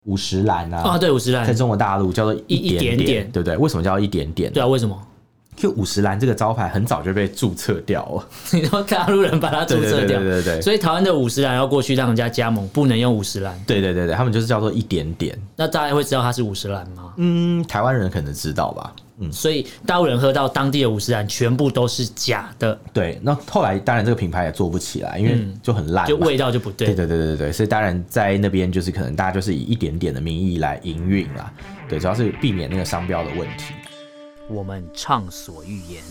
50兰啊， 对，50兰在中国大陆叫做一点点，对不对？为什么叫一点点？ 对啊，为什么？ 因为50兰这个招牌很早就被注册掉了， 你说大陆人把它注册掉， 对， 所以台湾的50兰要过去让人家加盟，不能用50兰。 对，他们就是叫做一点点。 那大家会知道它是50兰吗？ 台湾人可能知道吧。 所以大陆人喝到当地的50兰全部都是假的。 对，那后来当然这个品牌也做不起来，因为就很烂， 就味道就不对。 对，所以当然在那边就是可能大家就是以一点点的名义来营运啦。对，主要是避免那个商标的问题。 我们畅所欲言，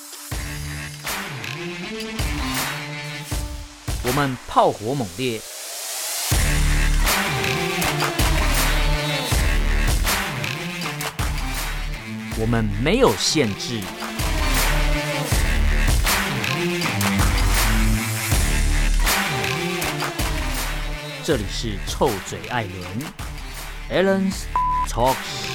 我们炮火猛烈，我们没有限制。这里是臭嘴艾伦 ，Alan's Talk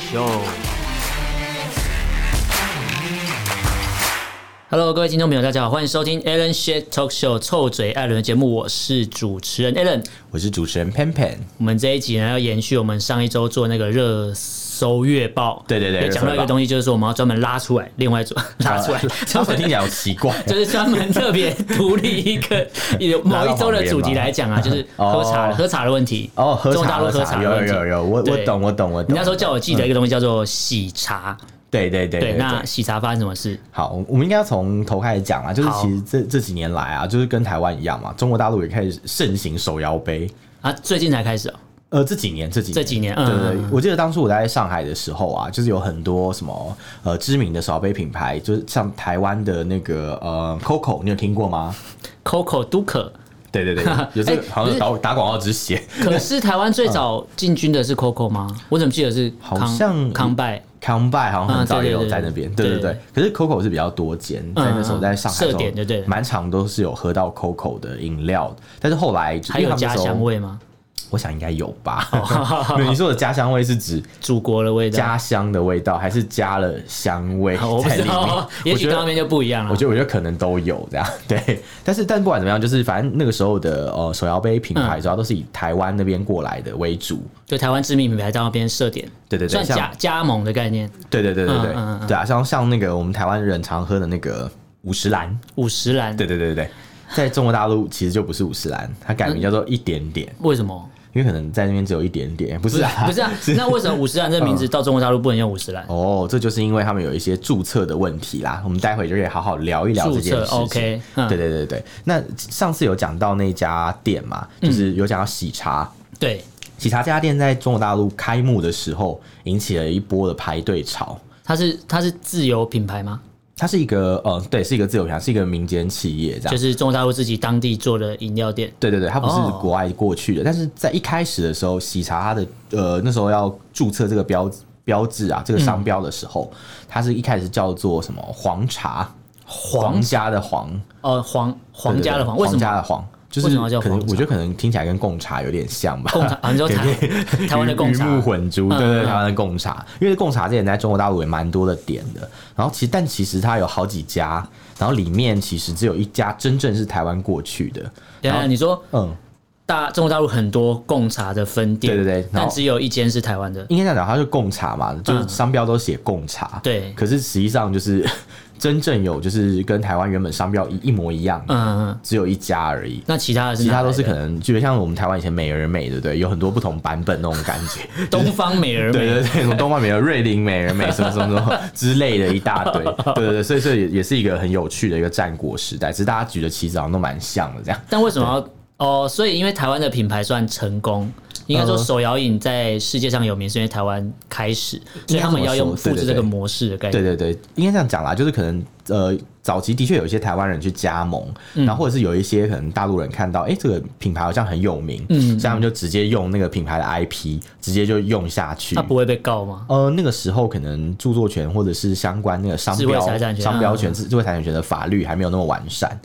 Show。Hello， 各位听众朋友，大家好，欢迎收听 Alan Shit Talk Show 臭嘴艾伦的节目，我是主持人 Alan， 我是主持人 Pan Pan。 我们这一集呢要延续我们上一周做那个热搜月报， 对， 讲到一个东西，就是说我们要专门拉出来，另外拉出来， 拉出来听起来好奇怪， 就是专门特别独立一个某一周的主题来讲啊，就是喝茶的问题。中国大陆喝茶的问题， 有，我懂。 你那时候叫我记得一个东西叫做喜茶。 对， 那喜茶发生什么事？ 好，我们应该要从头开始讲啊，就是其实这几年来啊，就是跟台湾一样嘛，中国大陆也开始盛行手摇杯啊，最近才开始哦。 这几年， 对， 我记得当初我在上海的时候啊，就是有很多什么知名的手摇杯品牌，就是像台湾的那个Coco， 你有听过吗 ？Coco 都可。 对，有这个好像打广告只写。 可是台湾最早进军的是 Coco 吗？我怎么记得是好像康拜好像很早也有在那边，对。可是 Coco 是比较多间，在那时候在上海的时候，蛮常都是有喝到 Coco 的饮料，但是后来还有家乡味吗？ 我想应该有吧。你说的家乡味是指祖国的味道、 家乡的味道，还是加了香味在里面？ 也许那边就不一样了。 我觉得可能都有这样，对。但不管怎么样，就是反正那个时候的手摇杯品牌主要都是以台湾那边过来的为主， 对台湾知名品牌到那边设点， 对， 算加盟的概念。 对啊，像那个我们台湾人常喝的那个50兰，对。在中国大陆其实就不是50兰，它改名叫做一点点。 为什么？ 因为可能在那边只有一点点，不是啊？ 那为什么50兰这名字到中国大陆不能用50兰？ 这就是因为他们有一些注册的问题啦。我们待会就可以好好聊一聊这件事情。 OK， 对。那上次有讲到那家店嘛，就是有讲到喜茶。 对， 喜茶这家店在中国大陆开幕的时候，引起了一波的排队潮。 它是自有品牌吗？ 它是一个对，是一个自有品牌，是一个民间企业，这样就是中国大陆自己当地做的饮料店。 对，它不是国外过去的，但是在一开始的时候，喜茶它的那时候要注册这个标志啊，这个商标的时候，它是一开始叫做什么皇茶，皇家的皇， 皇家的皇，为什么？ 皇家的皇。就是可能，我觉得可能听起来跟贡茶有点像吧。 贡茶，你说台湾的贡茶， 鱼目混珠，对，台湾的贡茶，因为贡茶之前在中国大陆也蛮多的点的，然后但其实它有好几家，然后里面其实只有一家真正是台湾过去的。 然后你说，中国大陆很多贡茶的分店， 对， 但只有一间是台湾的。 应该这样讲，它是贡茶嘛，就是商标都写贡茶， 对。 可是实际上就是真正有就是跟台湾原本商标一模一样，只有一家而已。 那其他都是可能就像我们台湾以前美而美，对不对？有很多不同版本那种感觉， 东方美而美， 对，什么东方美而瑞林美而美，什么之类的一大堆，对，所以也是一个很有趣的一个战国时代，只是大家举的旗子好像都蛮像的这样。 但为什么要？所以因为台湾的品牌算成功，应该说手摇饮在世界上有名是因为台湾开始，所以他们要用复制这个模式的概念。 对，应该这样讲啦，就是可能早期的确有一些台湾人去加盟，然后或者是有一些可能大陆人看到，这个品牌好像很有名，所以他们就直接用那个品牌的 IP， 直接就用下去。 他不会被告吗？ 那个时候可能著作权或者是相关那个商标权、智慧财产权的法律还没有那么完善。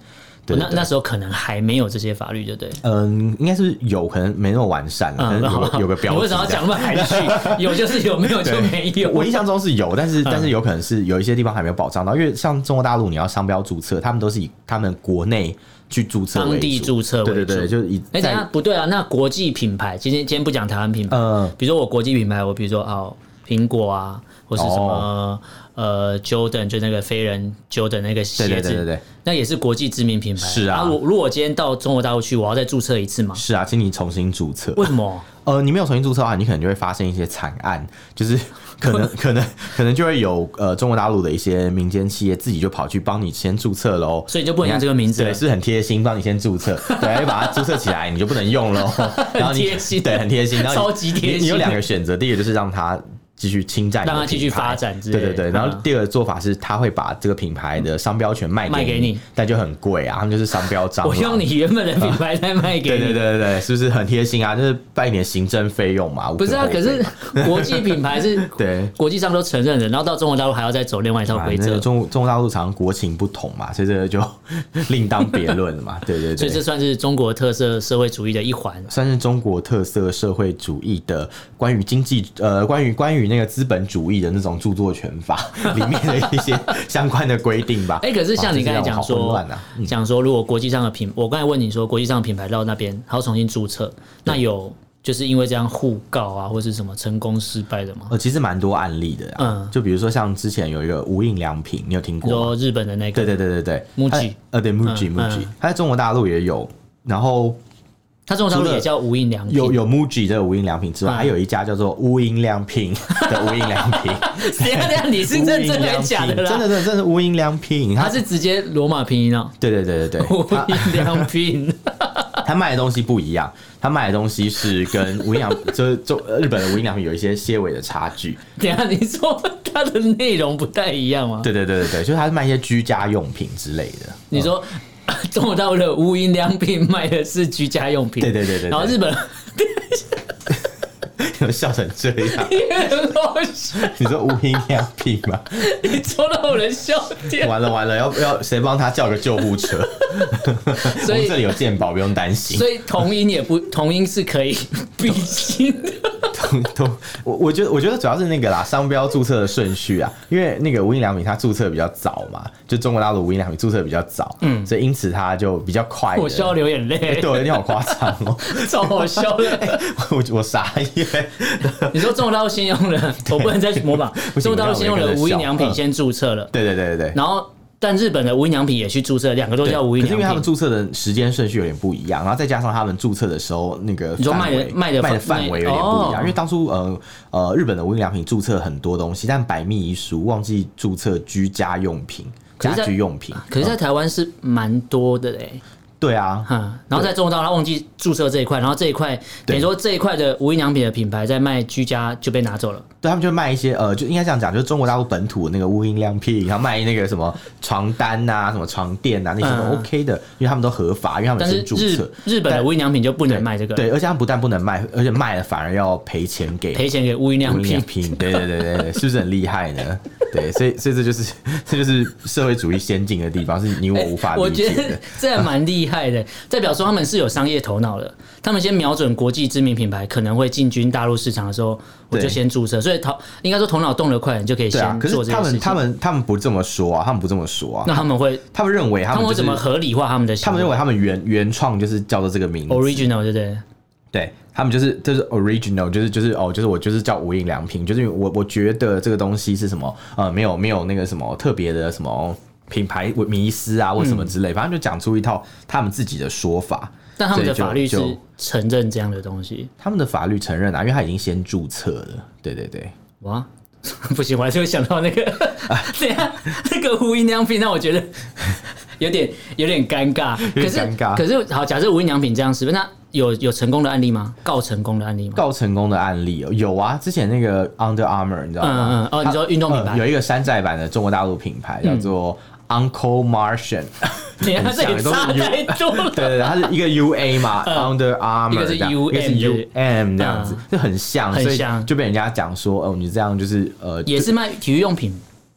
对对对那时候可能还没有这些法律，对不对？ 应该是有，可能没那么完善，可能有个标准。 你为什么要讲那么含蓄？有就是有，没有就没有。 我印象中是有，但是有可能是有一些地方还没有保障到，因为像中国大陆你要商标注册，他们都是以他们国内去注册为主， 当地注册为主。 对对对，就以等一下不对啊，那国际品牌，今天不讲台湾品牌，比如说我国际品牌，我比如说苹果啊，或是什么Jordan 就那个飞人 Jordan 那个鞋子， 对， 那也是国际知名品牌。 是啊， 如果我今天到中国大陆去，我要再注册一次吗？ 是啊，请你重新注册。 为什么？ 你没有重新注册的话，你可能就会发生一些惨案，就是可能就会有中国大陆的一些民间企业自己就跑去帮你先注册喽， 所以就不能用这个名字了。 对，是很贴心，帮你先注册，对，就把它注册起来，你就不能用喽。 很贴心， 对，很贴心， 超级贴心。 你有2个选择，第一个就是让它继续侵占， 让它继续发展之类的。 对对对，然后第二个做法是，他会把这个品牌的商标权卖给你，但就很贵啊，他们就是商标蟑螂。 我用你原本的品牌再卖给你。 对，是不是很贴心啊？就是办一点行政费用嘛。 不是啊，可是国际品牌是对国际上都承认的，然后到中国大陆还要再走另外一套规则。 中国大陆常国情不同嘛，所以这个就另当别论了嘛。对， 所以这算是中国特色社会主义的一环， 算是中国特色社会主义的关于经济关于那个资本主义的那种著作权法里面的一些相关的规定吧。 可是像你刚才讲说，如果国际上的我刚才问你说，国际上的品牌到那边还要重新注册，那有就是因为这样互告啊，或是什么成功失败的吗？ 其实蛮多案例的，就比如说像之前有一个无印良品，你有听过吗？ 说日本的那个， 对 ，MUJI， 对 MUJI，它在中国大陆也有，然后。 它中国大陆也叫无印良品， 有 MUJI 的无印良品之外，还有一家叫做无印良品的无印良品。 等一下，你是认真的假的啦？ 真的是无印良品， 它是直接罗马拼音哦。 对， 无印良品。 他卖的东西不一样，他卖的东西是跟无印良就是日本的无印良品有一些些微的差距。 等一下，你说它的内容不太一样吗？ 对，就是他是卖一些居家用品之类的。 你说。中国大陆的无印良品卖的是居家用品， 对， 然后日本笑成这样， 很好笑。 你说无印良品吗？ 你戳到我的笑点。 完了，要谁帮他叫个救护车？所以这里有健保，不用担心。 所以同音是可以比心的。 我觉得主要是那个啦，商标注册的顺序啊，因为那个无印良品它注册比较早嘛，就中国大陆无印良品注册比较早，所以因此它就比较快。 我笑到流眼泪， 对，你好夸张哦， 超好笑的。 我傻眼。 你说中国大陆先用了，我不能再模仿。中国大陆先用了无印良品先注册了， 对， 然后。但日本的无印良品也去注册，两个都叫无印良品。可是因为他们注册的时间顺序有点不一样，然后再加上他们注册的时候那个卖的范围有点不一样。因为当初日本的无印良品注册很多东西，但百密一疏，忘记注册居家用品、家居用品。 可是，在台湾是蛮多的嘞。 对啊， 然后在中国大陆他忘记注册这一块，然后这一块等于说这一块的无印良品的品牌在卖居家就被拿走了。 对，他们就卖一些就应该这样讲，就是中国大陆本土的那个无印良品，然后卖那个什么床单啊、什么床垫啊那些都 OK 的，因为他们都合法，因为他们是注册。 日本的无印良品就不能卖这个。 对，而且他们不但不能卖，而且卖了反而要赔钱给无印良品。 对，是不是很厉害呢？对，所以这就是社会主义先进的地方，是你我无法理解的。 我觉得这还蛮厉害的，代表说他们是有商业头脑的。他们先瞄准国际知名品牌可能会进军大陆市场的时候，我就先注册。所以应该说头脑动得快，你就可以先做这件事情。 可是他们不这么说啊，他们不这么说啊。 那他们认为他们会怎么合理化他们的行为？ 他们认为他们原创就是叫做这个名字 ，original， 对不对？ 对，他们就是 original， 就是我就是叫无印良品，就是因为我觉得这个东西是什么没有那个什么特别的什么品牌迷思啊或什么之类，反正就讲出一套他们自己的说法。 但他们的法律是承认这样的东西， 他们的法律承认啊，因为他已经先注册了。对。 哇，不行，我还是会想到那个，对啊，那个无印良品，让我觉得有点尴尬。可是好，假设无印良品这样是，那有成功的案例吗？告成功的案例吗？ 告成功的案例有啊，之前那个 Under Armour 你知道吗？ 你说运动品牌有一个山寨版的中国大陆品牌叫做 Uncle Martian。 你看这也差太多了。 对，它是一个 UA 嘛，Under Armour， 一个是 UM， 一个是 UM 这样子，就很像，所以就被人家讲说，你这样就是也是卖体育用品。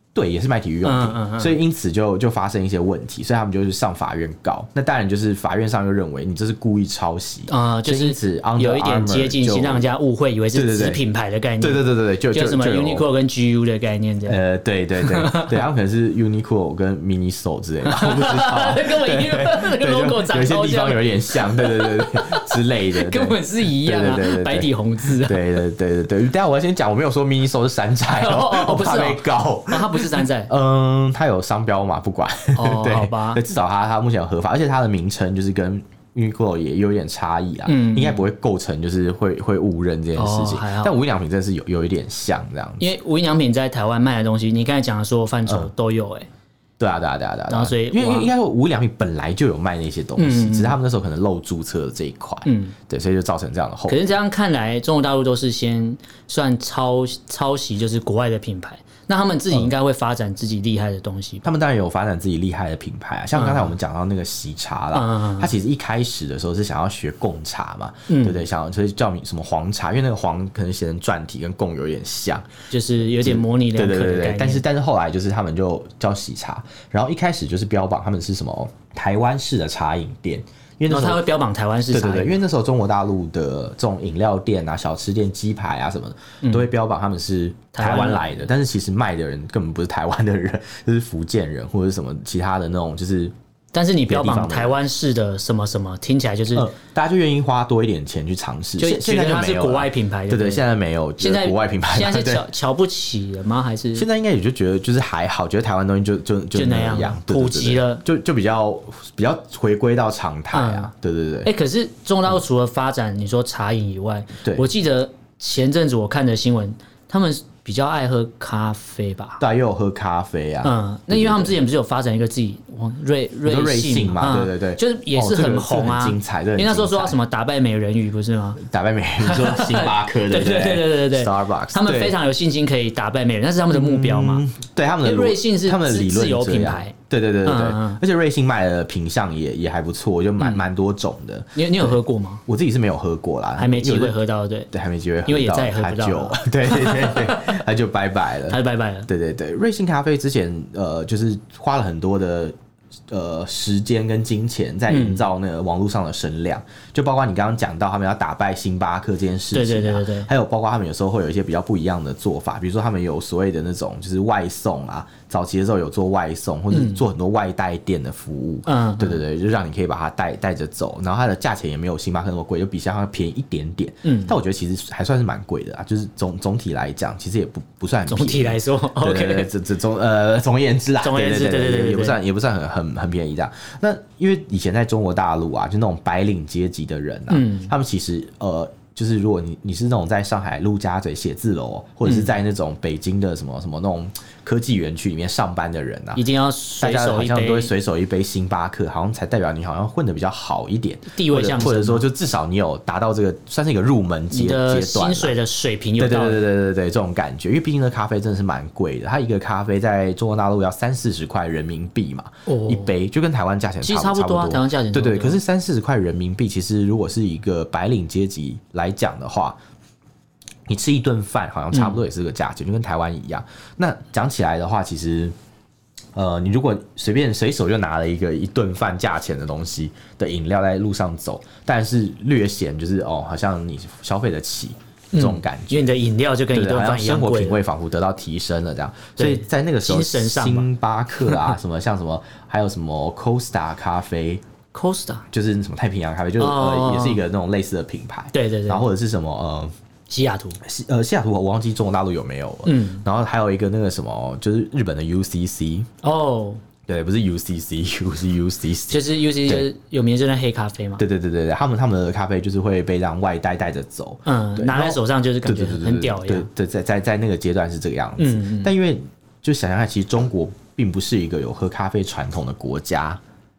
对，也是卖体育用品，所以因此就发生一些问题，所以他们就是上法院告。那当然就是法院上就认为你这是故意抄袭就是因此有一点接近性，让人家误会以为是子品牌的概念。 对，就什么 Uniqlo 跟 GU 的概念这样。 对，他们可能是 Uniqlo 跟 Miniso 之类的，我不知道， 根本那个 logo 长有些地方有点像，对之类的， 根本是一样啊，白底红字。 对。等一下我要先讲，我没有说 Miniso 是山寨我怕被告。 他不是山寨， 他有商标嘛？不管，对， 好吧， 至少他目前有合法，而且他的名称就是跟 Uniqlo 也有点差异啊，应该不会构成就是会误认这件事情。但无印良品真的是有一点像这样子， 因为无印良品在台湾卖的东西，你刚才讲的所有范畴都有对啊， 然后所以因为应该说无印良品本来就有卖那些东西，只是他们那时候可能漏注册的这一块，对，所以就造成这样的后果。 可是这样看来，中国大陆都是先算抄袭，就是国外的品牌。那他们自己应该会发展自己厉害的东西吧？ 他们当然有发展自己厉害的品牌啊，像刚才我们讲到那个喜茶啦，它其实一开始的时候是想要学贡茶嘛，对不对？所以叫你什么黄茶，因为那个黄可能写成篆体跟贡有点像， 就是有点模棱两可的概念。对， 但是后来就是他们就叫喜茶，然后一开始就是标榜他们是什么台湾式的茶饮店。因为那时候他会标榜台湾式茶饮， 对，因为那时候中国大陆的这种饮料店啊、小吃店、鸡排啊什么的，都会标榜他们是台湾来的，但是其实卖的人根本不是台湾的人，就是福建人或者什么其他的那种，就是。 但是你标榜台湾式的什么什么，听起来就是大家就愿意花多一点钱去尝试。现在就没有， 是国外品牌， 对，现在没有，现在国外品牌， 现在是瞧不起了吗？还是现在应该也就觉得就是还好，觉得台湾东西就那样普及了， 就比较回归到常态啊。对。 可是中国大陆除了发展你说茶饮以外，我记得前阵子我看的新闻，他们比较爱喝咖啡吧？ 对，又有喝咖啡啊。 那因为他们之前不是有发展一个自己瑞幸嘛？对， 就是也是很红啊， 很精彩。 因为那时候说到什么打败美人鱼不是吗？ 打败美人鱼，说星巴克对，Starbucks， 他们非常有信心可以打败美人，那是他们的目标嘛？ 对，他们的瑞幸是他们的理论自有品牌。 对，而且瑞幸卖的品项也还不错，就蛮多种的。 你有喝过吗？ 我自己是没有喝过啦， 还没机会喝到，对， 还没机会喝到， 因为也再也喝不到了。 对，他就拜拜了，对，瑞幸咖啡之前就是花了很多的时间跟金钱在营造那个网络上的声量，就包括你刚刚讲到他们要打败星巴克这件事情，对，还有包括他们有时候会有一些比较不一样的做法，比如说他们有所谓的那种就是外送啊。早期的时候有做外送，或者做很多外带店的服务，对，就让你可以把它带着走，然后它的价钱也没有星巴克那么贵，就比星巴克便宜一点点，但我觉得其实还算是蛮贵的啊，就是总体来讲，其实也不算很便宜。 总体来说， 对，总而言之啦，对，也不算很便宜这样。那因为以前在中国大陆啊，就那种白领阶级的人啊，他们其实就是如果你是那种在上海陆家嘴写字楼，或者是在那种北京的什么那种科技园区里面上班的人啊， 一定要大家好像都会随手一杯星巴克，好像才代表你好像混得比较好一点， 地位象征， 或者说就至少你有达到这个算是一个入门阶段， 薪水的水平有到， 对，这种感觉。因为毕竟那咖啡真的是蛮贵的，它一个咖啡在中国大陆要30-40块人民币嘛，一杯就跟台湾价钱其实差不多，台湾价钱对，可是30-40块人民币，其实如果是一个白领阶级来讲的话。你吃一顿饭好像差不多也是这个价钱，就跟台湾一样。那讲起来的话，其实，你如果随手就拿了一顿饭价钱的东西的饮料在路上走，但是略显就是好像你消费得起这种感觉， 因为你的饮料就跟一顿饭一样贵， 生活品味仿佛得到提升了这样。所以在那个时候，星巴克啊，像什么，还有什么 Costa 咖啡。 Costa 就是什么太平洋咖啡，就是也是一个那种类似的品牌， 对， 然后或者是什么西雅图， 西雅图我忘记中国大陆有没有了，然后还有一个那个什么，就是日本的 UCC 对，不是 UCC， 是 UCC， 就是 UCC 就是有名的就是黑咖啡嘛， 对，他们的咖啡就是会被让外带着走， 拿在手上就是感觉很屌一样， 对，在那个阶段是这个样子，但因为就想想看，其实中国并不是一个有喝咖啡传统的国家。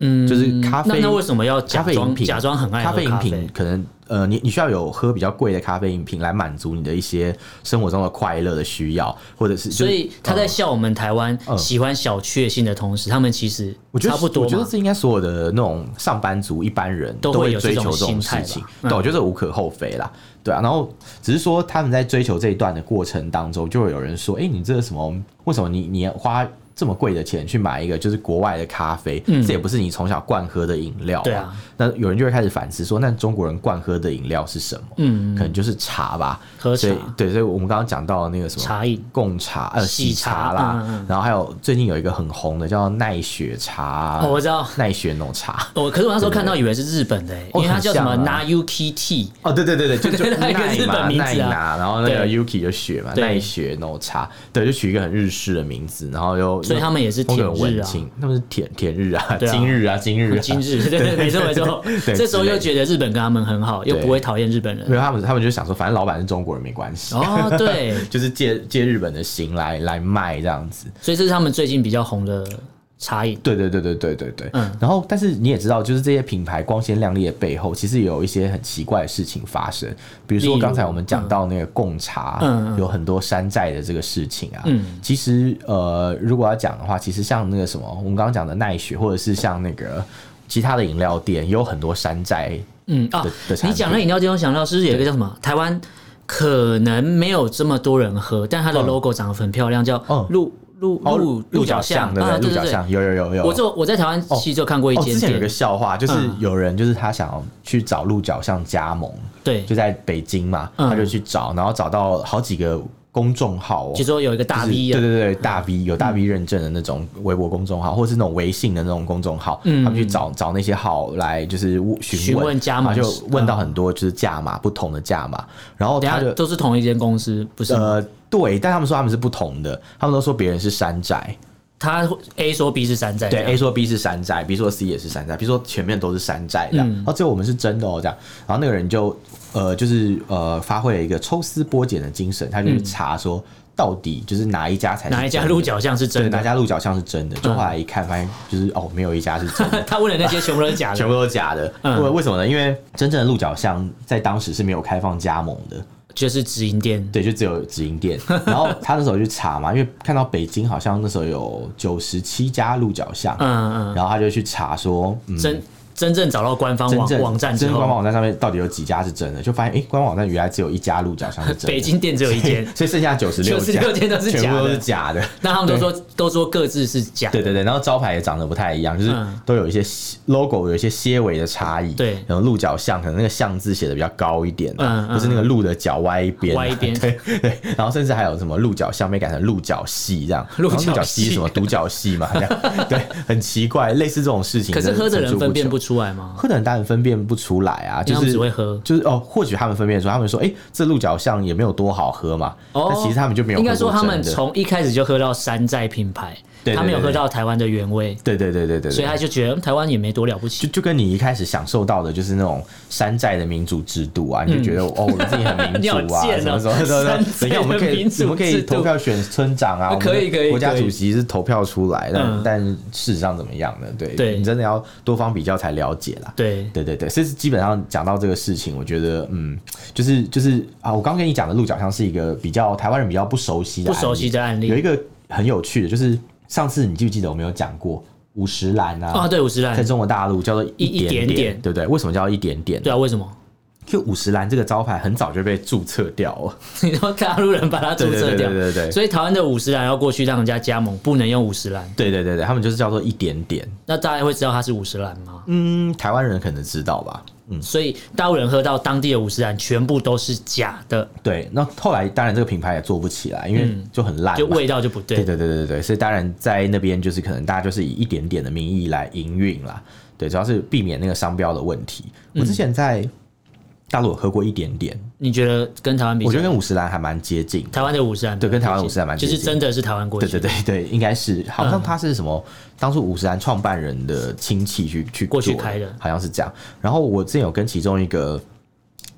就是咖啡。 那为什么要假装很爱喝咖啡？ 咖啡饮品可能你需要有喝比较贵的咖啡饮品来满足你的一些生活中的快乐的需要，或者是所以他在笑我们台湾喜欢小确幸的同时，他们其实差不多。 我觉得这应该所有的那种上班族一般人都会追求这种事情，对，我觉得无可厚非啦。对啊，然后只是说他们在追求这一段的过程当中，就会有人说：“你这个什么？为什么你花这么贵的钱去买一个就是国外的咖啡？这也不是你从小惯喝的饮料对啊。” 那有人就会开始反思说：“那中国人惯喝的饮料是什么？可能就是茶吧。 喝茶。 所以我们刚刚讲到的那个什么茶饮、 贡茶、喜茶啦，然后还有最近有一个很红的叫奈雪茶， 我知道奈雪那种茶。 可是我那时候看到以为是日本的，因为它叫什么 Nayuki Tea。 对，就那个日本名字啊，然后那个 Yuki 就雪嘛，奈雪那种茶，对，就取一个很日式的名字，然后所以他们也是甜日啊， 他们是甜日啊，今日， 对，没错，这时候又觉得日本跟他们很好，又不会讨厌日本人， 因为他们就想说，反正老板是中国人没关系对， 就是借日本的型来卖这样子， 所以这是他们最近比较红的茶饮。 对，然后但是你也知道，就是这些品牌光鲜亮丽的背后，其实也有一些很奇怪的事情发生。比如说刚才我们讲到那个贡茶，有很多山寨的这个事情啊。其实如果要讲的话，其实像那个什么，我们刚刚讲的奈雪，或者是像那个其他的饮料店，也有很多山寨的产品。 你讲的饮料店，我想到是不是有一个叫什么台湾可能没有这么多人喝，但它的 logo 长得很漂亮，叫鹿角巷， 对，鹿角巷有。 我在台湾其实就看过一间店。 之前有个笑话，就是有人就是他想要去找鹿角巷加盟， 对， 就在北京嘛，他就去找，然后找到好几个公众号， 就说有一个大 V， 对，大 V 有大 V 认证的那种微博公众号，或者是那种微信的那种公众号，他们去找那些号来就是询问加码， 就问到很多就是价码不同的价码，然后他就都是同一间公司，不是？ 对，但他们说他们是不同的，他们都说别人是山寨。 他 A 说 B 是山寨， 对 A 说 B 是山寨 ，B 说 C 也是山寨，B 说前面都是山寨这样，然后只有我们是真的这样。然后那个人就发挥了一个抽丝剥茧的精神，他就去查说到底就是哪一家才是真的， 哪一家鹿角巷是真的， 哪家鹿角巷是真的。就后来一看，发现就是没有一家是真的。 他问的那些全部都是假的， 全部都是假的。为什么呢？因为真正的鹿角巷在当时是没有开放加盟的。 就是直营店， 对，就只有直营店。然后他那时候去查嘛，因为看到北京好像那时候有97家鹿角巷，然后他就去查说， 真正找到官方网站之后， 真正官方网站上面到底有几家是真的？就发现，官方网站原来只有一家鹿角巷是真的， 北京店只有一间， 所以剩下96 间都是假的， 全部都是假的。 那他们都说各自是假的， 对，然后招牌也长得不太一样，就是都有一些 logo 有一些些微的差异。 对， 然后鹿角巷可能那个巷字写的比较高一点，不是那个鹿的角歪一边，对，然后甚至还有什么鹿角巷被改成鹿角戏这样，鹿角戏是什么独角戏嘛？这样对，很奇怪，类似这种事情。 可是喝的人分辨不出来吗？ 喝的人当然分辨不出来啊，就是只会喝， 就是或许他们分辨出，他们说，这鹿角巷也没有多好喝嘛，但其实他们就没有喝过真的。应该说他们从一开始就喝到山寨品牌，他没有喝到台湾的原味， 对， 所以他就觉得台湾也没多了不起， 就跟你一开始享受到的就是那种山寨的民主制度啊，你就觉得我自己很民主啊，什么什么的。等一下我们可以投票选村长啊， 可以， 国家主席是投票出来的，但事实上怎么样呢？对，你真的要多方比较才了解啦。对，所以基本上讲到这个事情，我觉得就是啊，我刚跟你讲的鹿角巷是一个比较台湾人比较不熟悉的案例，有一个很有趣的，就是上次你记不记得我们有讲过50兰啊？ 对，50兰在中国大陆叫做一点点，对不对？为什么叫一点点？ 对啊，为什么？ 就50兰这个招牌很早就被注册掉了， 你说大陆人把它注册掉， 对， 所以台湾的50兰要过去让人家加盟，不能用50兰， 对，他们就是叫做一点点。 那大家会知道它是50兰吗？ 台湾人可能知道吧。 所以大陆人喝到当地的50兰全部都是假的。 对，那后来当然这个品牌也做不起来，因为就很烂， 就味道就不对。 对，所以当然在那边就是可能大家就是以一点点的名义来营运啦。对，主要是避免那个商标的问题。我之前在大陆有喝过一点点， 你觉得跟台湾比？ 我觉得跟50兰还蛮接近。 台湾的50兰， 对，跟台湾50兰蛮接近， 就是真的是台湾过去。 对，应该是，好像他是什么？当初50兰创办人的亲戚去过去开的， 好像是这样。然后我之前有跟其中一个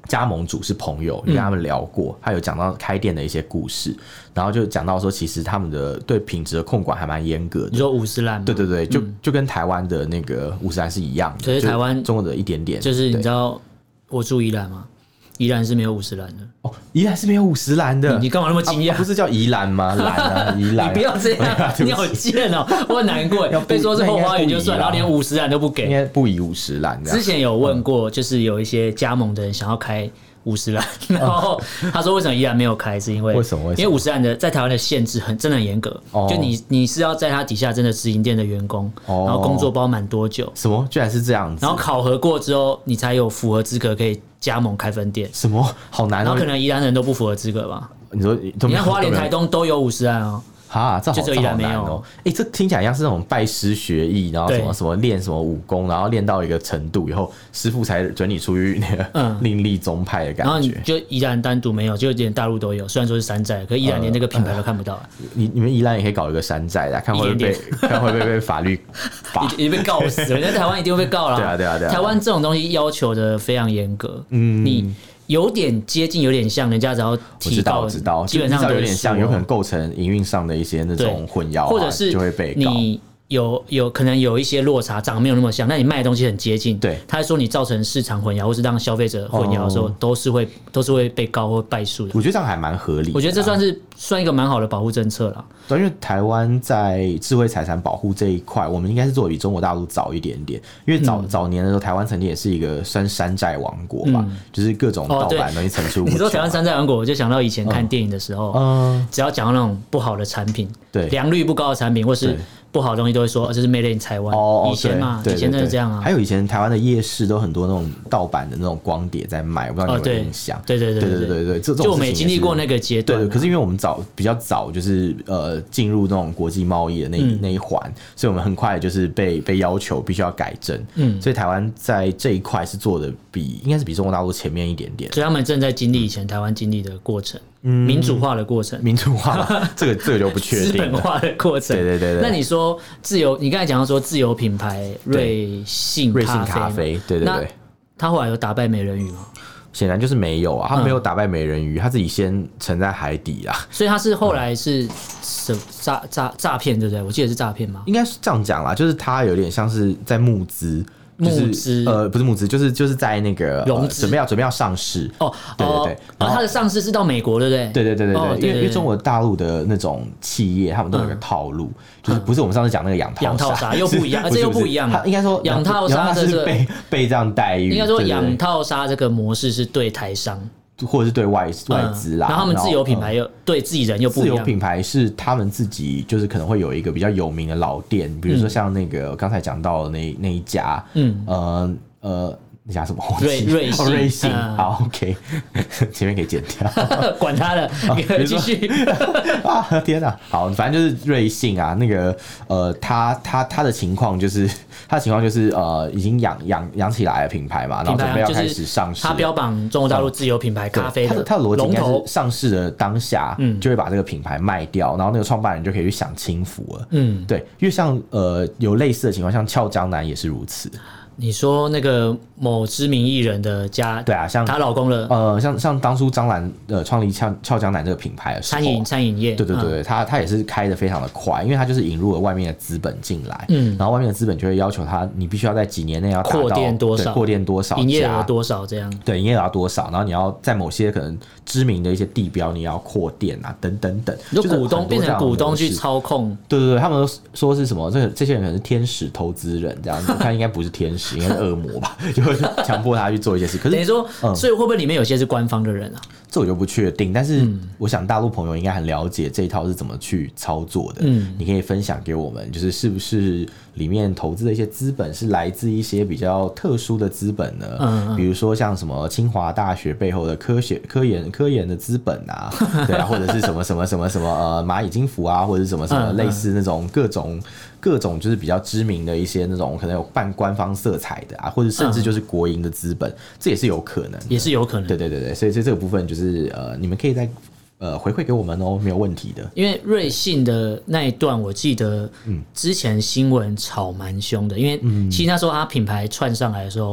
加盟主是朋友，跟他们聊过，他有讲到开店的一些故事，然后就讲到说，其实他们的对品质的控管还蛮严格的。 你说五十岚吗？ 对对对，就跟台湾的那个五十岚是一样的， 可是台湾中国的一点点， 就是你知道我住宜兰吗？宜兰是没有50岚的哦，宜兰是没有50岚的， 你干嘛那么惊讶？ 不是叫宜兰吗？兰啊，宜兰， 你不要这样，你好贱哦，我很难过，被说是后花园就算，然后连50岚都不给， 应该不以50岚。 之前有问过，就是有一些加盟的人想要开50岚，然后他说为什么宜兰没有开，是因为为什么？ 因为50岚的在台湾的限制真的很严格，就你是要在他底下真的直营店的员工，然后工作包满多久？ 什么？居然是这样子？ 然后考核过之后，你才有符合资格可以加盟开分店。 什么？好难哦！ 然后可能宜兰人都不符合资格吧？ 你说， 你看花莲、台东都有50岚哦。 啊，这好就只有宜兰没有哦！哎，这听起来像是那种拜师学艺，然后什么练什么武功，然后练到一个程度以后，师傅才准你出于那个另立宗派的感觉。 然后你就宜兰单独没有，就连大陆都有，虽然说是山寨，可宜兰连那个品牌都看不到。 你们宜兰也可以搞一个山寨的，看会不会被法律罚？ 已经被告死了，人家台湾一定会被告了。 对啊！ 台湾这种东西要求的非常严格，你有点接近，有点像人家只要提告， 我知道， 基本上有点像，有可能构成营运上的一些那种混淆， 或者是就会被告。 你有可能有一些落差，长得没有那么像，但你卖的东西很接近， 对， 他说你造成市场混淆，或是让消费者混淆的时候，都是会被告或败诉的。 我觉得这样还蛮合理的， 我觉得这算一个蛮好的保护政策啦。 对，因为台湾在智慧财产保护这一块，我们应该是做的比中国大陆早一点点。因为早年的时候，台湾曾经也是一个算山寨王国吧，就是各种盗版东西层出不穷。 你说台湾山寨王国，我就想到以前看电影的时候，只要讲到那种不好的产品， 对， 良率不高的产品，或是不好的东西，都会说这是 Made in 台湾。以前嘛，以前真的这样啊。 还有以前台湾的夜市都很多那种盗版的那种光碟在卖，我不知道你有没有印象？ 对，就我们也经历过那个阶段。 对，可是因为我们比较早，就是进入那种国际贸易的那一环，所以我们很快就是被要求必须要改正。所以台湾在这一块是做的应该是比中国大陆前面一点点。 所以他们正在经历以前台湾经历的过程。民主化的过程， 民主化这个就不确定了。 资本化的过程， 对。那你说你刚才讲到说自有品牌瑞幸咖啡， 对。 他后来有打败美人鱼吗？ 显然就是没有啊，他没有打败美人鱼，他自己先沉在海底啦。 所以他是后来是诈骗，对不对？我记得是诈骗吗？ 应该是这样讲啦，就是他有点像是在募资。不是募资，就是在那个准备要上市对。 然后它的上市是到美国，对不对？ 对，因为中国大陆的那种企业，他们都有一个套路，就是不是我们上次讲那个养套杀又不一样，这又不一样。 应该说养套杀是被这样待遇， 应该说养套杀这个模式是对台商。 或者是对外资啦， 然后他们自有品牌又对自己人又不一样。 自有品牌是他们自己就是可能会有一个比较有名的老店，比如说像那个刚才讲到的那一家，那家什么？瑞幸。好 ，OK， 前面可以剪掉， 管他的，继续。 啊，天哪！好，反正就是瑞幸啊，那个他的情况就是，已经养起来了品牌嘛，然后准备要开始上市。 他标榜中国大陆自有品牌咖啡的， 他的逻辑应该是上市的当下，就会把这个品牌卖掉，然后那个创办人就可以去享清福了。对，因为像有类似的情况，像俏江南也是如此。 你说那个某知名艺人的家， 对啊，像她老公的， 像当初张兰创立俏江南这个品牌的时候， 餐饮业， 对，他也是开的非常的快，因为他就是引入了外面的资本进来，然后外面的资本就会要求他，你必须要在几年内要达到扩店多少，营业额多少这样， 对，营业额多少，然后你要在某些可能知名的一些地标，你要扩店啊，等， 就股东变成股东去操控， 对，他们都说是什么，这些人可能是天使投资人这样子，我看应该不是天使。应该是恶魔吧，就会强迫他去做一些事。可是等于说，所以会不会里面有些是官方的人啊？ 这我就不确定。但是我想大陆朋友应该很了解这一套是怎么去操作的。你可以分享给我们，就是是不是里面投资的一些资本是来自一些比较特殊的资本呢？比如说像什么清华大学背后的科研的资本啊，对啊，或者是什么蚂蚁金服啊，或者是什么类似那种各种就是比较知名的一些那种可能有半官方色彩的啊，或者甚至就是国营的资本，这也是有可能的， 也是有可能。 对，所以这个部分就是你们可以再回馈给我们哦，没有问题的。 因为瑞幸的那一段，我记得之前新闻炒蛮凶的，因为其实那时候他品牌串上来的时候，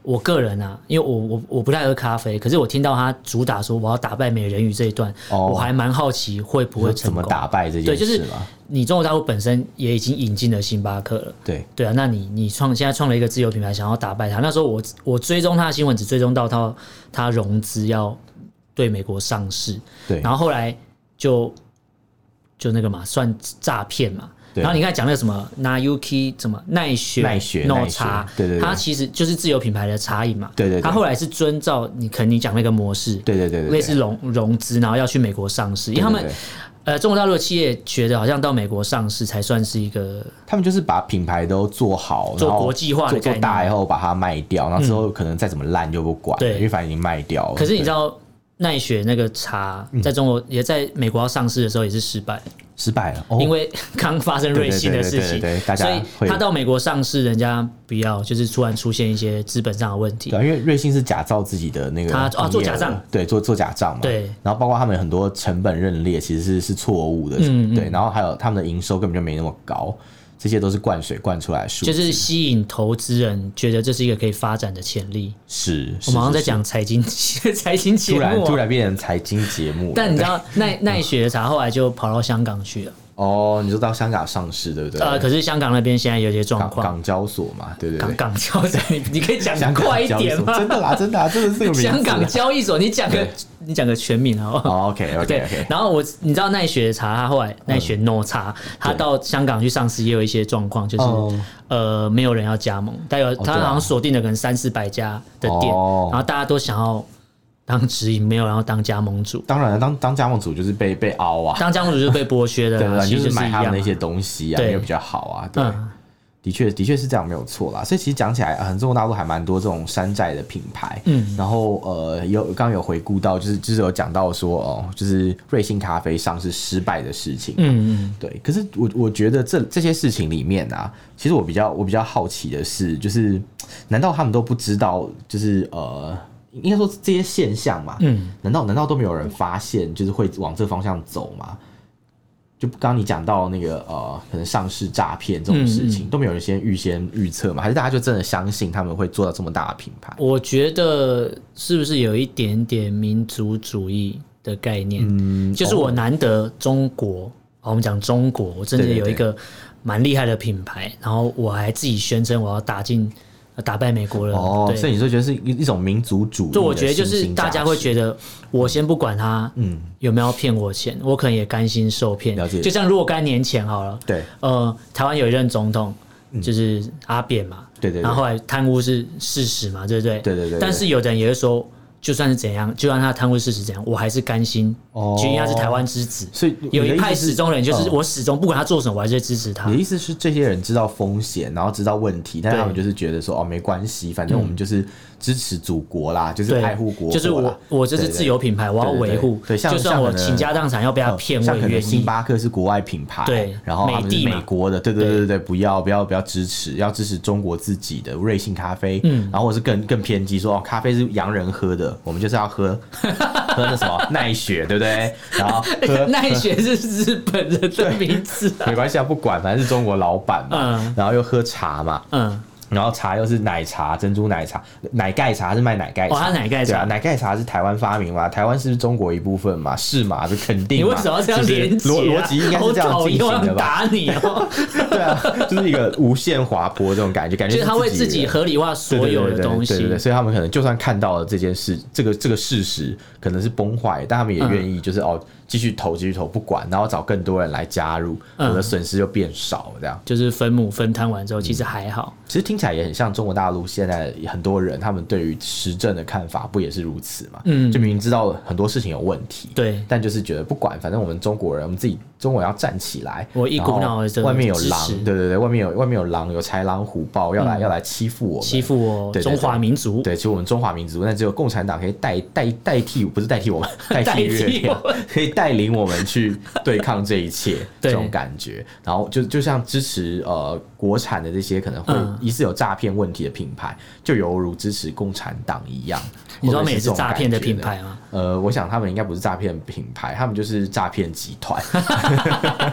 我个人啊，因为我不太喝咖啡，可是我听到他主打说我要打败美人鱼这一段，我还蛮好奇会不会成功。 怎么打败这件事吗？对，就是你中国大陆本身也已经引进了星巴克了，对啊，那你现在创了一个自有品牌，想要打败它。那时候我追踪他的新闻，只追踪到他融资要对美国上市，对，然后后来就那个嘛，算诈骗嘛。然后你刚才讲那个什么 Nayuki 什么奈雪 No 茶，对，它其实就是自有品牌的茶饮嘛。对，它后来是遵照你讲那个模式，对，类似融资，然后要去美国上市，因为他们中国大陆的企业觉得好像到美国上市才算是一个， 他们就是把品牌都做好， 做国际化的概念， 做大以后把它卖掉，然后之后可能再怎么烂就不管，因为反正已经卖掉了。 可是你知道奈雪那个茶在中国也在美国要上市的时候也是失败了，因为刚发生瑞幸的事情，所以他到美国上市，人家不要，就是突然出现一些资本上的问题。 对，因为瑞幸是假造自己的那个， 他做假账， 对，做假账嘛。对，然后包括他们很多成本认列其实是错误的，对，然后还有他们的营收根本就没那么高。这些都是灌水灌出来的数字， 就是吸引投资人觉得这是一个可以发展的潜力。 是， 我们好像在讲财经节目， 突然变成财经节目。 但你知道奈雪的茶后来就跑到香港去了。 哦，你说到香港上市对不对？ 可是香港那边现在有些状况， 港交所嘛，对不对？ 港交所，你可以讲快一点吗？ 真的啦，真的是这个名字。 香港交易所，你讲个全名好不好 ？OK。 然后你知道奈雪茶，他后来奈雪 No 茶，他到香港去上市也有一些状况，就是没有人要加盟，他好像锁定了可能300-400家的店，然后大家都想要当直营，没有然后当加盟主。 当然当加盟主就是被凹啊， 当加盟主就是被剥削的啦， 就是买他们那些东西啊，因为比较好啊。对，的确是这样，没有错啦。所以其实讲起来，中国大陆还蛮多这种山寨的品牌。然后刚刚有回顾到，就是有讲到说就是瑞幸咖啡上市失败的事情。对。可是我觉得这些事情里面啊，其实我比较好奇的是，就是难道他们都不知道，就是应该说这些现象嘛，难道都没有人发现，就是会往这方向走吗？就刚刚你讲到那个可能上市诈骗这种事情，都没有人预先预测嘛？还是大家就真的相信他们会做到这么大的品牌？ 我觉得是不是有一点点民族主义的概念？就是我难得中国，我们讲中国，我真的有一个蛮厉害的品牌，然后我还自己宣称我要打败美国人。 所以你说觉得是一种民族主义的？ 对，我觉得就是大家会觉得，我先不管他有没有骗我钱，我可能也甘心受骗。就像若干年前好了，对，台湾有一任总统就是阿扁嘛，对，然后后来贪污是事实嘛，对不对？对。但是有的人也会说，就算是怎样，就算他贪污事实怎样，我还是甘心，就因为他是台湾之子。所以有一派始终人就是我始终不管他做什么，我还是会支持他。 你的意思是这些人知道风险，然后知道问题，但他们就是觉得说没关系，反正我们就是支持祖国啦，就是爱护国货啦， 就是我这是自有品牌，我要维护。对，就算我倾家荡产要被他骗，我也愿意。 星巴克是国外品牌，对，然后他们是美国的，对，不要支持，要支持中国自己的瑞幸咖啡。然后或是更偏激说咖啡是洋人喝的，我们就是要喝那什么奈雪，对不对？然后奈雪是日本人的名字没关系啊，不管，反正是中国老板嘛。然后又喝茶嘛，然后茶又是奶茶、珍珠奶茶、奶盖茶是卖奶盖茶， 它奶盖茶， 对啊，奶盖茶是台湾发明嘛？台湾是不是中国一部分嘛？是嘛？就肯定嘛。 你为什么要这样连结？ 逻辑应该是这样进行的吧？ 打你哦！ 对啊，就是一个无限滑坡这种感觉， 就是他会自己合理化所有的东西。 对，所以他们可能就算看到了这件事，这个事实可能是崩坏，但他们也愿意就是继续投不管，然后找更多人来加入，我的损失就变少了，这样就是分母分摊完之后，其实还好。 其实听起来也很像中国大陆现在很多人他们对于时政的看法不也是如此嘛？就明明知道很多事情有问题，对，但就是觉得不管，反正我们中国人，我们自己中国人要站起来。 我一股脑的外面有狼，对，外面有狼，有豺狼虎豹要来欺负我们， 欺负我中华民族。 对，其实我们中华民族，但只有共产党可以代替，不是代替我们，代替月亮，可以带领我们去对抗这一切这种感觉。然后就像支持国产的这些可能会疑似有诈骗问题的品牌，就犹如支持共产党一样。 你说他们也是诈骗的品牌吗？ 我想他们应该不是诈骗品牌，他们就是诈骗集团。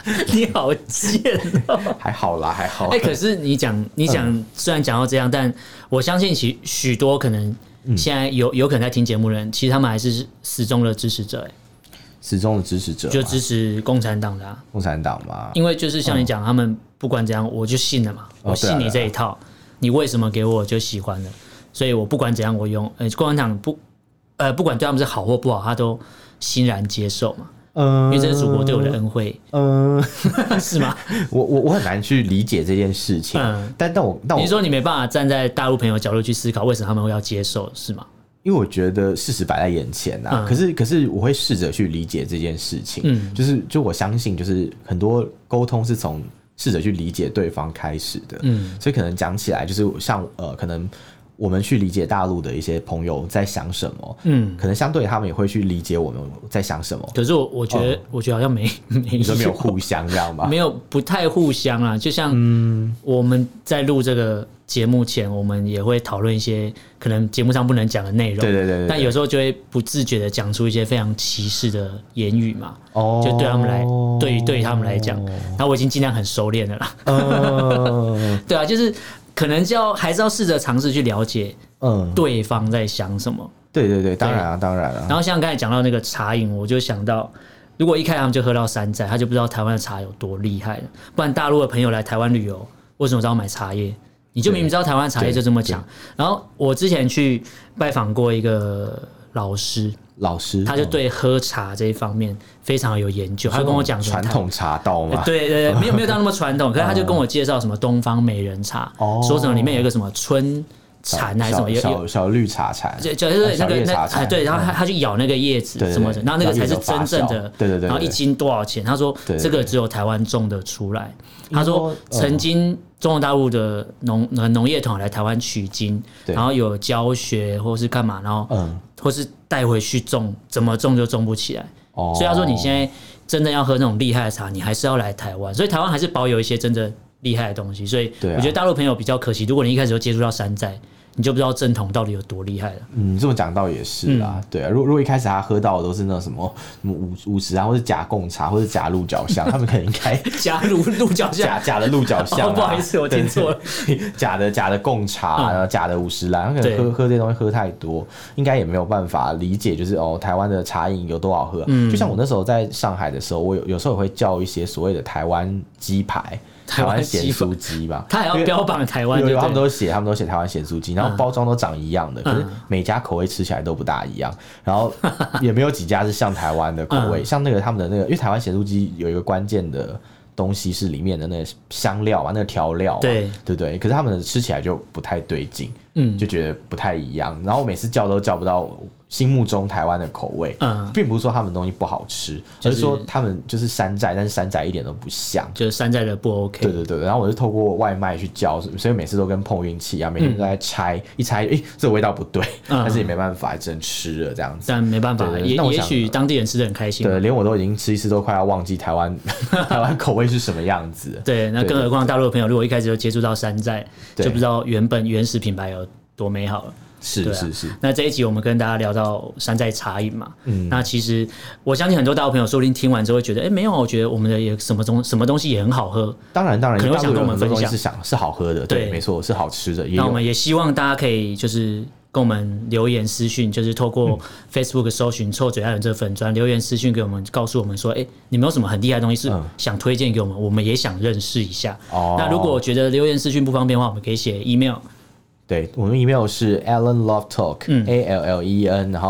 你好贱哦！ 还好啦，还好。 可是你讲，虽然讲到这样，但我相信许多可能现在有可能在听节目的人，其实他们还是始终的支持者， 始终的支持者， 就支持共产党的啊。 共产党嘛， 因为就是像你讲，他们不管怎样，我就信了嘛，我信你这一套，你为什么给我就喜欢了，所以我不管怎样，我用共产党不管对他们是好或不好，他都欣然接受嘛。因为这是祖国对我的恩惠，是吗？ 我很难去理解这件事情，但我你是说你没办法站在大陆朋友角度去思考，为什么他们会要接受，是吗？ 因为我觉得事实摆在眼前啊，可是我会试着去理解这件事情，就我相信，就是很多沟通是从试着去理解对方开始的，所以可能讲起来就是像可能。我们去理解大陆的一些朋友在想什么，可能相对他们也会去理解我们在想什么。 可是我觉得好像没有互相这样吧？ 没有，不太互相啊。就像我们在录这个节目前，我们也会讨论一些可能节目上不能讲的内容，对，但有时候就会不自觉的讲出一些非常歧视的言语嘛。就对他们对于他们来讲，然后我已经尽量很收敛了啦。对啊，就是。可能还是要试着尝试去了解，对方在想什么。 对，当然啊，当然啊。 然后像刚才讲到那个茶饮，我就想到，如果一开始他们就喝到山寨，他就不知道台湾的茶有多厉害了。不然大陆的朋友来台湾旅游，为什么要买茶叶？你就明明知道台湾的茶叶就这么强。然后我之前去拜访过一个老师，他就对喝茶这一方面非常有研究。他跟我讲传统茶道嘛， 对，没有到那么传统，可是他就跟我介绍什么东方美人茶，说什么里面有一个什么春蝉还是什么小绿茶蝉， 就是那个对，然后他去咬那个叶子什么的，然后那个才是真正的， 对， 然后一斤多少钱？他说这个只有台湾种得出来。他说曾经中国大陆的农业团来台湾取经，然后有教学或是干嘛，然后或是带回去种，怎么种就种不起来。所以他说你现在真的要喝那种厉害的茶，你还是要来台湾。所以台湾还是保有一些真的厉害的东西。所以我觉得大陆朋友比较可惜，如果你一开始就接触到山寨，你就不知道正统到底有多厉害了。 这么讲倒也是啦，对啊。如果一开始他喝到的都是那什么50啊，或是假贡茶，或是假鹿角巷，他们可能应该假鹿角巷， 假的鹿角巷。 不好意思，我听错了。 假的贡茶，然后假的50兰，他可能喝这些东西喝太多，应该也没有办法理解，就是台湾的茶饮有多好喝。就像我那时候在上海的时候，我有时候也会叫一些所谓的台湾鸡排。台湾咸酥鸡吧， 他还要标榜台湾， 他们都写台湾咸酥鸡，然后包装都长一样的，可是每家口味吃起来都不大一样，然后也没有几家是像台湾的口味，像他们的那个，因为台湾咸酥鸡有一个关键的东西是里面的那个香料嘛，那个调料嘛，对不对？可是他们的吃起来就不太对劲，就觉得不太一样，然后我每次叫都叫不到心目中台湾的口味，并不是说他们东西不好吃，而是说他们就是山寨，但是山寨一点都不像， 就是山寨的不 OK。 对，然后我就透过外卖去叫，所以每次都跟碰运气啊，每天都在拆，一拆，这个味道不对，但是也没办法，只能吃了这样子。 但没办法，也许当地人吃的很开心。 对，连我都已经吃一次都快要忘记台湾口味是什么样子。 对，那更何况大陆的朋友，如果一开始就接触到山寨，就不知道原始品牌有多美好了。 是。 那这一集我们跟大家聊到山寨茶饮嘛，那其实我相信很多大陆朋友说不定听完之后会觉得，没有，我觉得我们的也什么东西也很好喝。 当然，可能会想跟我们分享，是好喝的，对，没错，是好吃的。 那我们也希望大家可以就是跟我们留言私讯，就是透过 Facebook 搜寻臭嘴艾伦这粉专留言私讯给我们，告诉我们说，你们有什么很厉害的东西是想推荐给我们，我们也想认识一下。那如果我觉得留言私讯不方便的话，我们可以写 email。 对，我们 email 是 allenlovetalk，ALLEN， 然后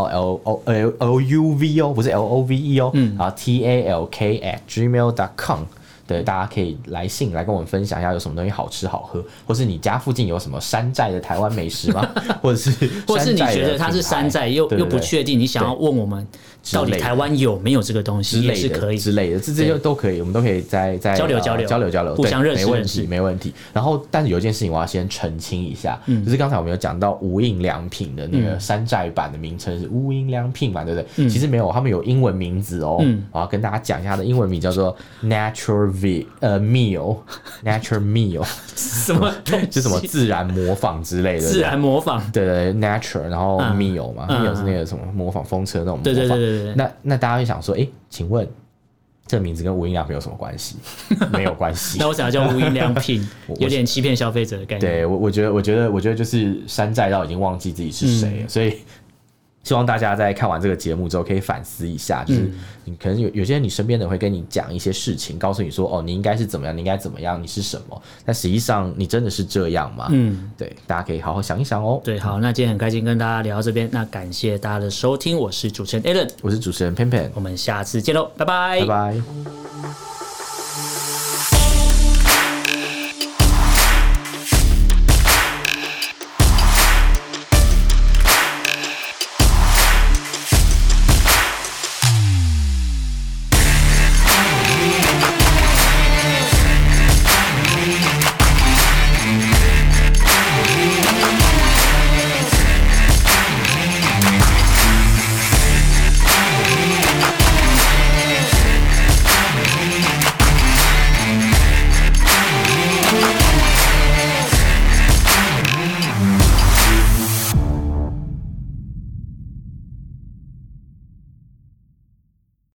LOUV 哦，不是 LOVE 哦，然后TALK@gmail.com。对，大家可以来信来跟我们分享一下有什么东西好吃好喝，或是你家附近有什么山寨的台湾美食吗？或是你觉得它是山寨又不确定，你想要问我们到底台湾有没有这个东西，也是可以之类的，这些都可以，我们都可以在交流，互相认识， 没问题。然后，但是有一件事情我要先澄清一下，就是刚才我们有讲到无印良品的那个山寨版的名称是无印良品版，对不对？其实没有，他们有英文名字哦。我要跟大家讲一下，它的英文名叫做 Natural Meal，Natural Meal 什么就什么自然模仿之类的， 自然模仿， 对 Natural， 然后 Meal 嘛，Meal 是那个什么模仿风车那种模仿。对。那大家会想说，请问这个名字跟无印良品有什么关系？没有关系。 那我想要叫无印良品，有点欺骗消费者的概念。 对，我觉得就是山寨到已经忘记自己是谁了，所以希望大家在看完这个节目之后可以反思一下，就是你可能有些人你身边的人会跟你讲一些事情，告诉你说哦，你应该是怎么样，你应该怎么样，你是什么？但实际上你真的是这样吗？对，大家可以好好想一想哦。 对，好，那今天很开心跟大家聊到这边，那感谢大家的收听，我是主持人 Alan， 我是主持人 Pen Pen， 我们下次见喽，拜拜， 拜拜。